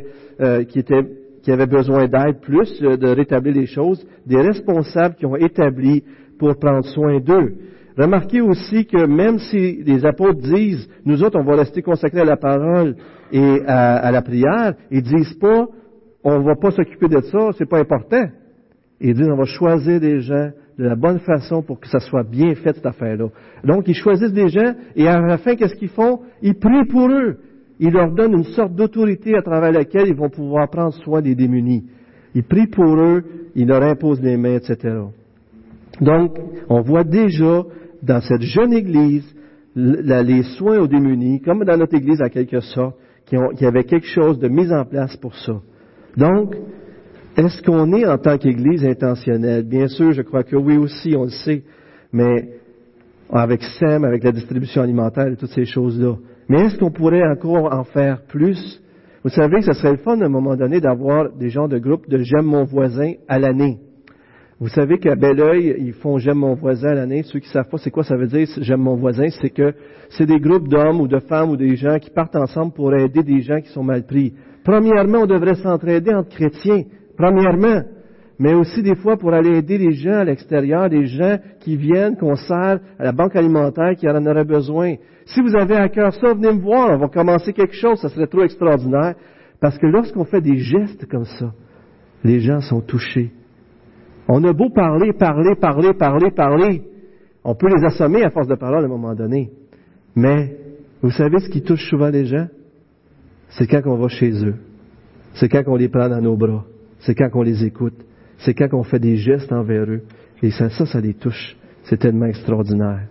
avaient besoin d'aide plus, de rétablir les choses, des responsables qui ont établi pour prendre soin d'eux. Remarquez aussi que même si les apôtres disent, nous autres, on va rester consacrés à la parole et à la prière, ils disent pas, on va pas s'occuper de ça, c'est pas important. Ils disent, on va choisir des gens de la bonne façon pour que ça soit bien fait, cette affaire-là. Donc, ils choisissent des gens, et à la fin, qu'est-ce qu'ils font? Ils prient pour eux. Ils leur donnent une sorte d'autorité à travers laquelle ils vont pouvoir prendre soin des démunis. Ils prient pour eux, ils leur imposent les mains, etc. Donc, on voit déjà, dans cette jeune Église, les soins aux démunis, comme dans notre Église en quelque sorte, qu'il y avait quelque chose de mis en place pour ça. Donc, est-ce qu'on est en tant qu'Église intentionnelle? Bien sûr, je crois que oui aussi, on le sait, mais avec SEM, avec la distribution alimentaire et toutes ces choses-là. Mais est-ce qu'on pourrait encore en faire plus? Vous savez que ce serait le fun à un moment donné d'avoir des genres de groupes de J'aime mon voisin à l'année. Vous savez qu'à Belleuil, ils font J'aime mon voisin à l'année. Ceux qui ne savent pas c'est quoi ça veut dire J'aime mon voisin, c'est que c'est des groupes d'hommes ou de femmes ou des gens qui partent ensemble pour aider des gens qui sont mal pris. Premièrement, on devrait s'entraider entre chrétiens. Premièrement. Mais aussi des fois pour aller aider les gens à l'extérieur, des gens qui viennent, qu'on sert à la banque alimentaire qui en aurait besoin. Si vous avez à cœur ça, venez me voir, on va commencer quelque chose, ça serait trop extraordinaire. Parce que lorsqu'on fait des gestes comme ça, les gens sont touchés. On a beau parler. On peut les assommer à force de parole à un moment donné. Mais, vous savez ce qui touche souvent les gens? C'est quand on va chez eux. C'est quand on les prend dans nos bras. C'est quand on les écoute. C'est quand on fait des gestes envers eux. Et ça les touche. C'est tellement extraordinaire.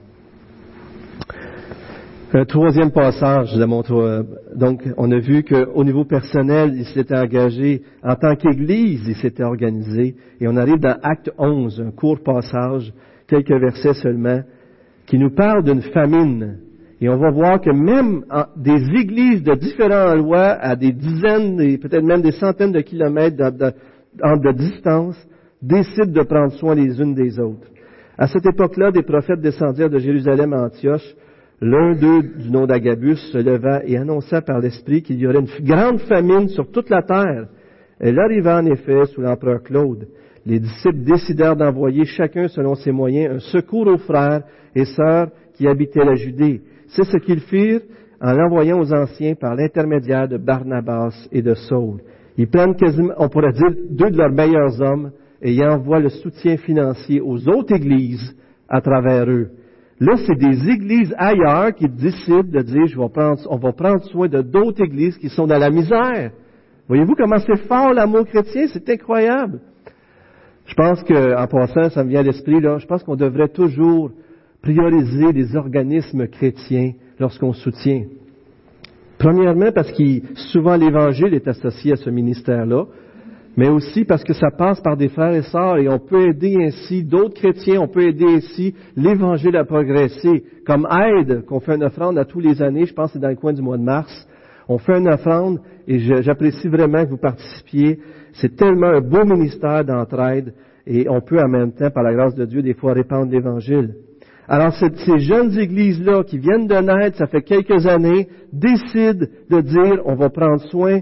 Un troisième passage, donc on a vu qu'au niveau personnel, il s'était engagé, en tant qu'Église, il s'était organisé, et on arrive dans Acte 11, un court passage, quelques versets seulement, qui nous parle d'une famine. Et on va voir que même des églises de différents endroits, à des dizaines, et peut-être même des centaines de kilomètres de distance, décident de prendre soin les unes des autres. À cette époque-là, des prophètes descendirent de Jérusalem à Antioche. L'un d'eux, du nom d'Agabus, se leva et annonça par l'Esprit qu'il y aurait une grande famine sur toute la terre. Elle arriva en effet sous l'empereur Claude. Les disciples décidèrent d'envoyer chacun selon ses moyens un secours aux frères et sœurs qui habitaient la Judée. C'est ce qu'ils firent en l'envoyant aux anciens par l'intermédiaire de Barnabas et de Saul. Ils prennent quasiment, on pourrait dire, deux de leurs meilleurs hommes et ils envoient le soutien financier aux autres églises à travers eux. Là, c'est des églises ailleurs qui décident de dire, on va prendre soin de d'autres églises qui sont dans la misère. Voyez-vous comment c'est fort l'amour chrétien? C'est incroyable. Je pense qu'en passant, ça me vient à l'esprit, là, je pense qu'on devrait toujours prioriser les organismes chrétiens lorsqu'on soutient. Premièrement, parce que souvent l'Évangile est associé à ce ministère-là, mais aussi parce que ça passe par des frères et sœurs et on peut aider ainsi d'autres chrétiens, on peut aider ainsi l'Évangile à progresser. Comme aide, qu'on fait une offrande à tous les années, je pense que c'est dans le coin du mois de mars, on fait une offrande et j'apprécie vraiment que vous participiez. C'est tellement un beau ministère d'entraide et on peut en même temps, par la grâce de Dieu, des fois répandre l'Évangile. Alors, ces jeunes églises-là qui viennent de naître, ça fait quelques années, décident de dire, on va prendre soin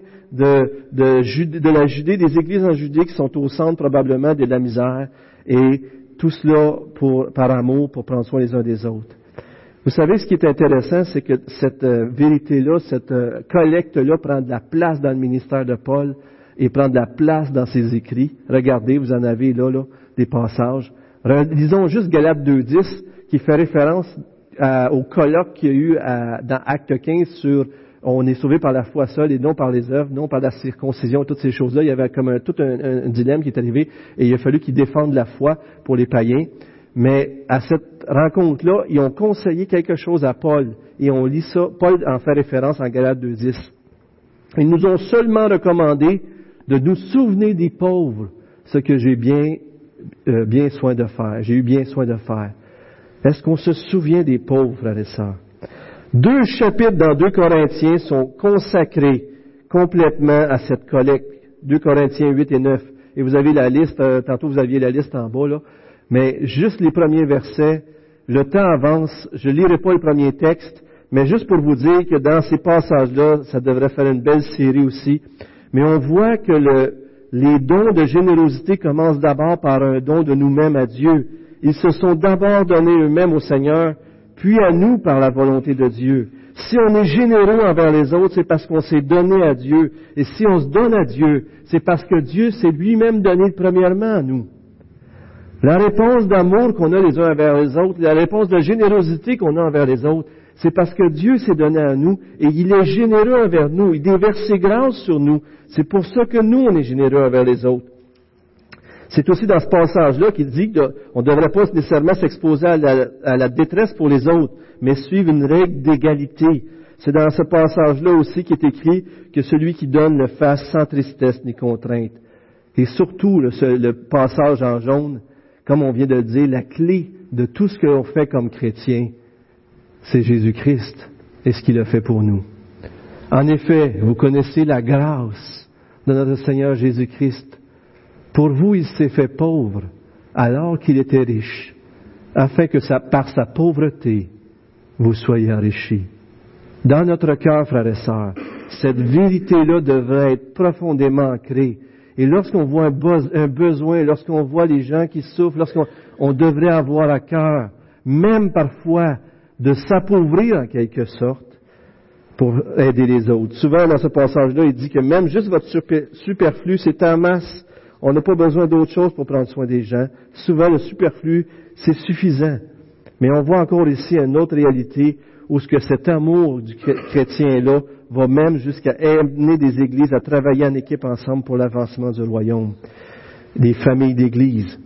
de la Judée, des églises en Judée qui sont au centre probablement de la misère, et tout cela par amour, pour prendre soin les uns des autres. Vous savez, ce qui est intéressant, c'est que cette vérité-là, cette collecte-là prend de la place dans le ministère de Paul et prend de la place dans ses écrits. Regardez, vous en avez là des passages. Lisons juste Galates 2.10, qui fait référence au colloque qu'il y a eu dans Acte 15 sur on est sauvé par la foi seule et non par les œuvres, non par la circoncision, toutes ces choses-là. Il y avait comme tout un dilemme qui est arrivé et il a fallu qu'ils défendent la foi pour les païens. Mais à cette rencontre-là, ils ont conseillé quelque chose à Paul et on lit ça. Paul en fait référence en Galates 2.10. Ils nous ont seulement recommandé de nous souvenir des pauvres, ce que j'ai bien soin de faire. J'ai eu bien soin de faire. Est-ce qu'on se souvient des pauvres, frères et sœurs? 2 chapitres dans 2 Corinthiens sont consacrés complètement à cette collecte. 2 Corinthiens 8 et 9. Et vous avez la liste, tantôt vous aviez la liste en bas, là. Mais juste les premiers versets, le temps avance, je ne lirai pas le premier texte, mais juste pour vous dire que dans ces passages-là, ça devrait faire une belle série aussi. Mais on voit que les dons de générosité commencent d'abord par un don de nous-mêmes à Dieu. Ils se sont d'abord donnés eux-mêmes au Seigneur, puis à nous par la volonté de Dieu. Si on est généreux envers les autres, c'est parce qu'on s'est donné à Dieu. Et si on se donne à Dieu, c'est parce que Dieu s'est lui-même donné premièrement à nous. La réponse d'amour qu'on a les uns envers les autres, la réponse de générosité qu'on a envers les autres, c'est parce que Dieu s'est donné à nous et il est généreux envers nous. Il déverse ses grâces sur nous. C'est pour ça que nous, on est généreux envers les autres. C'est aussi dans ce passage-là qu'il dit qu'on ne devrait pas nécessairement s'exposer à la détresse pour les autres, mais suivre une règle d'égalité. C'est dans ce passage-là aussi qu'il est écrit que celui qui donne le fasse sans tristesse ni contrainte. Et surtout, le passage en jaune, comme on vient de le dire, la clé de tout ce que l'on fait comme chrétien, c'est Jésus-Christ et ce qu'il a fait pour nous. En effet, vous connaissez la grâce de notre Seigneur Jésus-Christ. Pour vous, il s'est fait pauvre alors qu'il était riche, afin que par sa pauvreté, vous soyez enrichis. Dans notre cœur, frères et sœurs, cette vérité-là devrait être profondément ancrée. Et lorsqu'on voit un besoin, lorsqu'on voit les gens qui souffrent, lorsqu'on devrait avoir à cœur, même parfois, de s'appauvrir en quelque sorte pour aider les autres. Souvent, dans ce passage-là, il dit que même juste votre superflu, c'est en masse. On n'a pas besoin d'autre chose pour prendre soin des gens. Souvent, le superflu, c'est suffisant. Mais on voit encore ici une autre réalité où ce que cet amour du chrétien-là va même jusqu'à amener des églises à travailler en équipe ensemble pour l'avancement du royaume, des familles d'églises.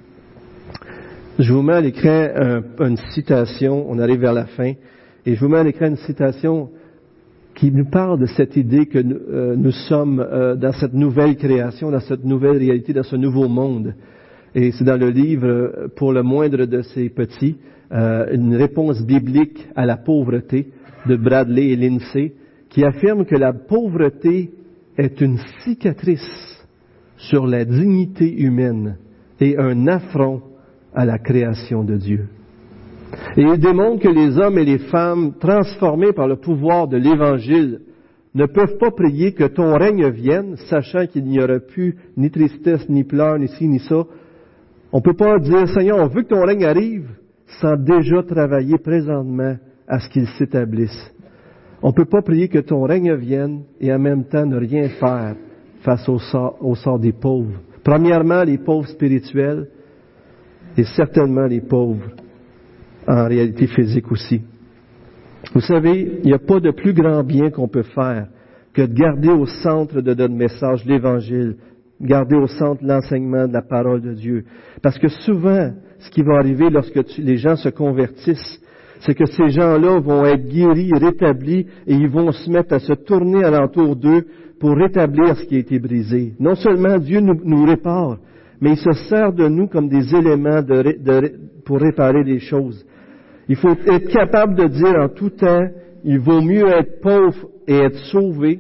Je vous mets à l'écran une citation, on arrive vers la fin, et je vous mets à l'écran une citation qui nous parle de cette idée que nous sommes dans cette nouvelle création, dans cette nouvelle réalité, dans ce nouveau monde. Et c'est dans le livre « Pour le moindre de ses petits », une réponse biblique à la pauvreté de Bradley et Lindsay, qui affirme que la pauvreté est une cicatrice sur la dignité humaine et un affront à la création de Dieu. Et il démontre que les hommes et les femmes transformés par le pouvoir de l'Évangile ne peuvent pas prier que ton règne vienne, sachant qu'il n'y aura plus ni tristesse, ni pleurs, ni ci, ni ça. On ne peut pas dire, Seigneur, on veut que ton règne arrive, sans déjà travailler présentement à ce qu'il s'établisse. On ne peut pas prier que ton règne vienne et en même temps ne rien faire face au sort des pauvres. Premièrement, les pauvres spirituels et certainement les pauvres en réalité physique aussi. Vous savez, il n'y a pas de plus grand bien qu'on peut faire que de garder au centre de notre message l'Évangile, garder au centre l'enseignement de la parole de Dieu. Parce que souvent, ce qui va arriver lorsque les gens se convertissent, c'est que ces gens-là vont être guéris, rétablis, et ils vont se mettre à se tourner alentour d'eux pour rétablir ce qui a été brisé. Non seulement Dieu nous répare, mais il se sert de nous comme des éléments pour réparer les choses. Il faut être capable de dire en tout temps, il vaut mieux être pauvre et être sauvé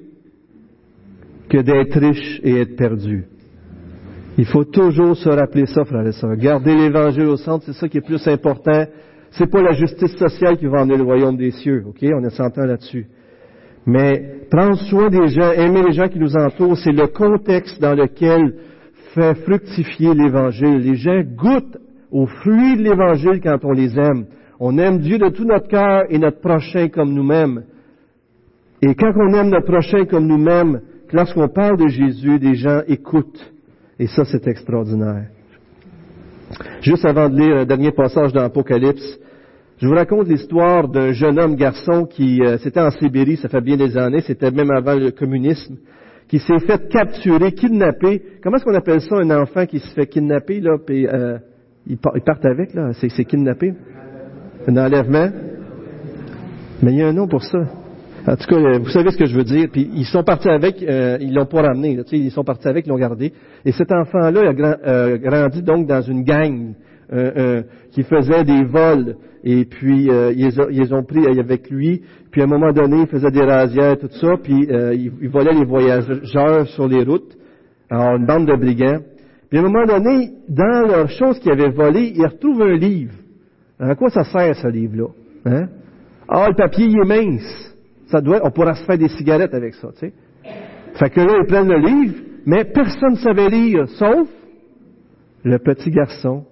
que d'être riche et être perdu. Il faut toujours se rappeler ça, frères et sœurs. Garder l'Évangile au centre, c'est ça qui est plus important. C'est pas la justice sociale qui va emmener le royaume des cieux, ok? On s'entend là-dessus. Mais prendre soin des gens, aimer les gens qui nous entourent, c'est le contexte dans lequel fait fructifier l'Évangile. Les gens goûtent aux fruits de l'Évangile quand on les aime. On aime Dieu de tout notre cœur et notre prochain comme nous-mêmes. Et quand on aime notre prochain comme nous-mêmes, lorsqu'on parle de Jésus, des gens écoutent. Et ça, c'est extraordinaire. Juste avant de lire un dernier passage dans l'Apocalypse, je vous raconte l'histoire d'un jeune homme garçon qui, c'était en Sibérie, ça fait bien des années, c'était même avant le communisme, qui s'est fait capturer, kidnapper. Comment est-ce qu'on appelle ça, un enfant qui se fait kidnapper, là, puis ils partent avec, là, c'est kidnappé? Un enlèvement? Mais il y a un nom pour ça. En tout cas, vous savez ce que je veux dire. Puis ils sont partis avec, ils l'ont pas ramené. Tu sais, ils sont partis avec, ils l'ont gardé. Et cet enfant-là a grandi donc dans une gang qui faisait des vols. Et puis ils les ont pris avec lui. Puis à un moment donné, il faisait des rasières, tout ça. Puis il volait les voyageurs sur les routes. Alors une bande de brigands. Puis à un moment donné, dans leurs choses qu'ils avaient volées, ils retrouvent un livre. À quoi ça sert ce livre-là? Hein? Ah, le papier il est mince. On pourra se faire des cigarettes avec ça, tu sais. Fait que là, ils prennent le livre, mais personne ne savait lire, sauf le petit garçon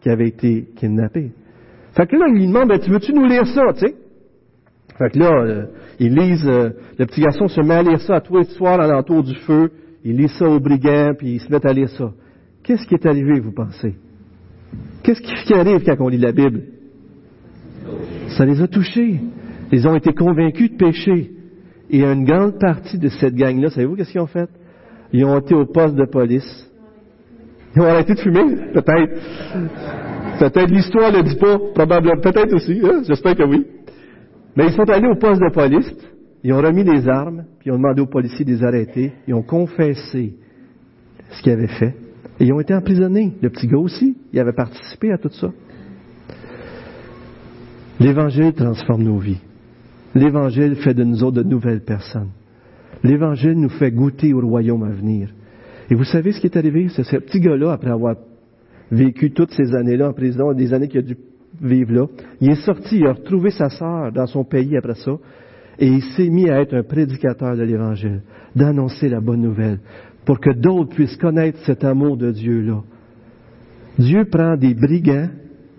qui avait été kidnappé. Fait que là, il lui demande, tu veux-tu nous lire ça, tu sais? Fait que là, ils lisent, le petit garçon se met à lire ça à tous les soirs à l'entour du feu, il lit ça aux brigands, puis ils se mettent à lire ça. Qu'est-ce qui est arrivé, vous pensez? Qu'est-ce qui arrive quand on lit la Bible? Ça les a touchés. Ils ont été convaincus de péché. Et une grande partie de cette gang-là, savez-vous qu'est-ce qu'ils ont fait? Ils ont été au poste de police. Ils ont arrêté de fumer? Peut-être. Peut-être l'histoire ne le dit pas. Probablement. Peut-être aussi. Hein? J'espère que oui. Mais ils sont allés au poste de police. Ils ont remis les armes. Puis ils ont demandé aux policiers de les arrêter. Ils ont confessé ce qu'ils avaient fait. Et ils ont été emprisonnés. Le petit gars aussi. Il avait participé à tout ça. L'Évangile transforme nos vies. L'Évangile fait de nous autres de nouvelles personnes. L'Évangile nous fait goûter au royaume à venir. Et vous savez ce qui est arrivé? C'est ce petit gars-là, après avoir vécu toutes ces années-là en prison, des années qu'il a dû vivre là, il est sorti, il a retrouvé sa sœur dans son pays après ça, et il s'est mis à être un prédicateur de l'Évangile, d'annoncer la bonne nouvelle, pour que d'autres puissent connaître cet amour de Dieu-là. Dieu prend des brigands,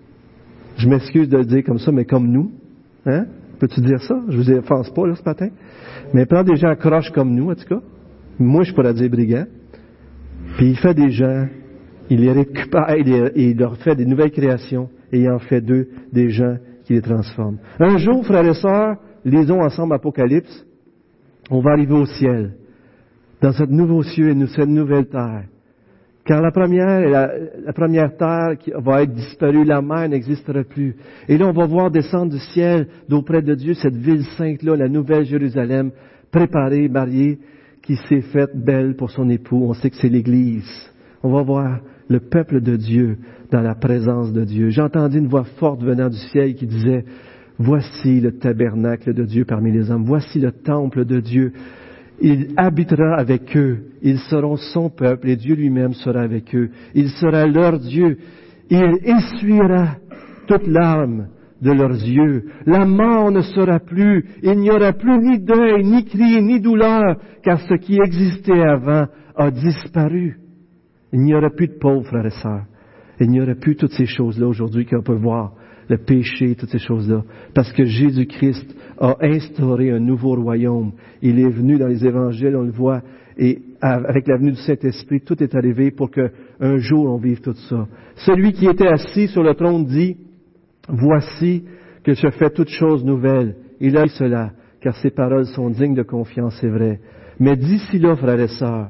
je m'excuse de le dire comme ça, mais comme nous, hein? Peux-tu dire ça? Je vous offense pas, là, ce matin. Mais il prend des gens croches comme nous, en tout cas. Moi, je pourrais dire brigands. Puis il fait des gens, il les récupère, il leur fait des nouvelles créations, et il en fait d'eux des gens qui les transforment. Un jour, frères et sœurs, lisons ensemble Apocalypse, on va arriver au ciel, dans ce nouveau ciel et cette nouvelle terre. Car la première terre qui va être disparue, la mer n'existera plus. Et là, on va voir descendre du ciel, d'auprès de Dieu, cette ville sainte-là, la nouvelle Jérusalem, préparée, mariée, qui s'est faite belle pour son époux. On sait que c'est l'Église. On va voir le peuple de Dieu dans la présence de Dieu. J'ai entendu une voix forte venant du ciel qui disait, « Voici le tabernacle de Dieu parmi les hommes. Voici le temple de Dieu. Il habitera avec eux. Ils seront son peuple et Dieu lui-même sera avec eux. Il sera leur Dieu. Il essuiera toute larme de leurs yeux. La mort ne sera plus. Il n'y aura plus ni deuil, ni cri, ni douleur, car ce qui existait avant a disparu. Il n'y aura plus de pauvres, frères et sœurs. Il n'y aura plus toutes ces choses-là aujourd'hui qu'on peut voir. Le péché, toutes ces choses-là. Parce que Jésus-Christ a instauré un nouveau royaume. Il est venu dans les évangiles, on le voit, et avec la venue du Saint-Esprit, tout est arrivé pour qu'un jour on vive tout ça. Celui qui était assis sur le trône dit, « Voici que je fais toutes choses nouvelles. » Il a dit cela, car ses paroles sont dignes de confiance, c'est vrai. Mais d'ici là, frères et sœurs,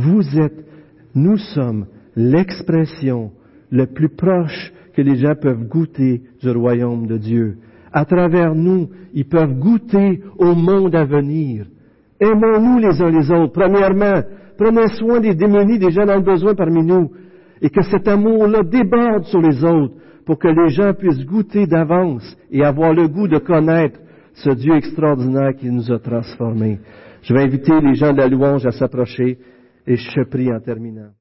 nous sommes l'expression le plus proche que les gens peuvent goûter du royaume de Dieu. À travers nous, ils peuvent goûter au monde à venir. Aimons-nous les uns les autres. Premièrement, prenez soin des démunis, des gens dans le besoin parmi nous. Et que cet amour-là déborde sur les autres pour que les gens puissent goûter d'avance et avoir le goût de connaître ce Dieu extraordinaire qui nous a transformés. Je vais inviter les gens de la louange à s'approcher et je prie en terminant.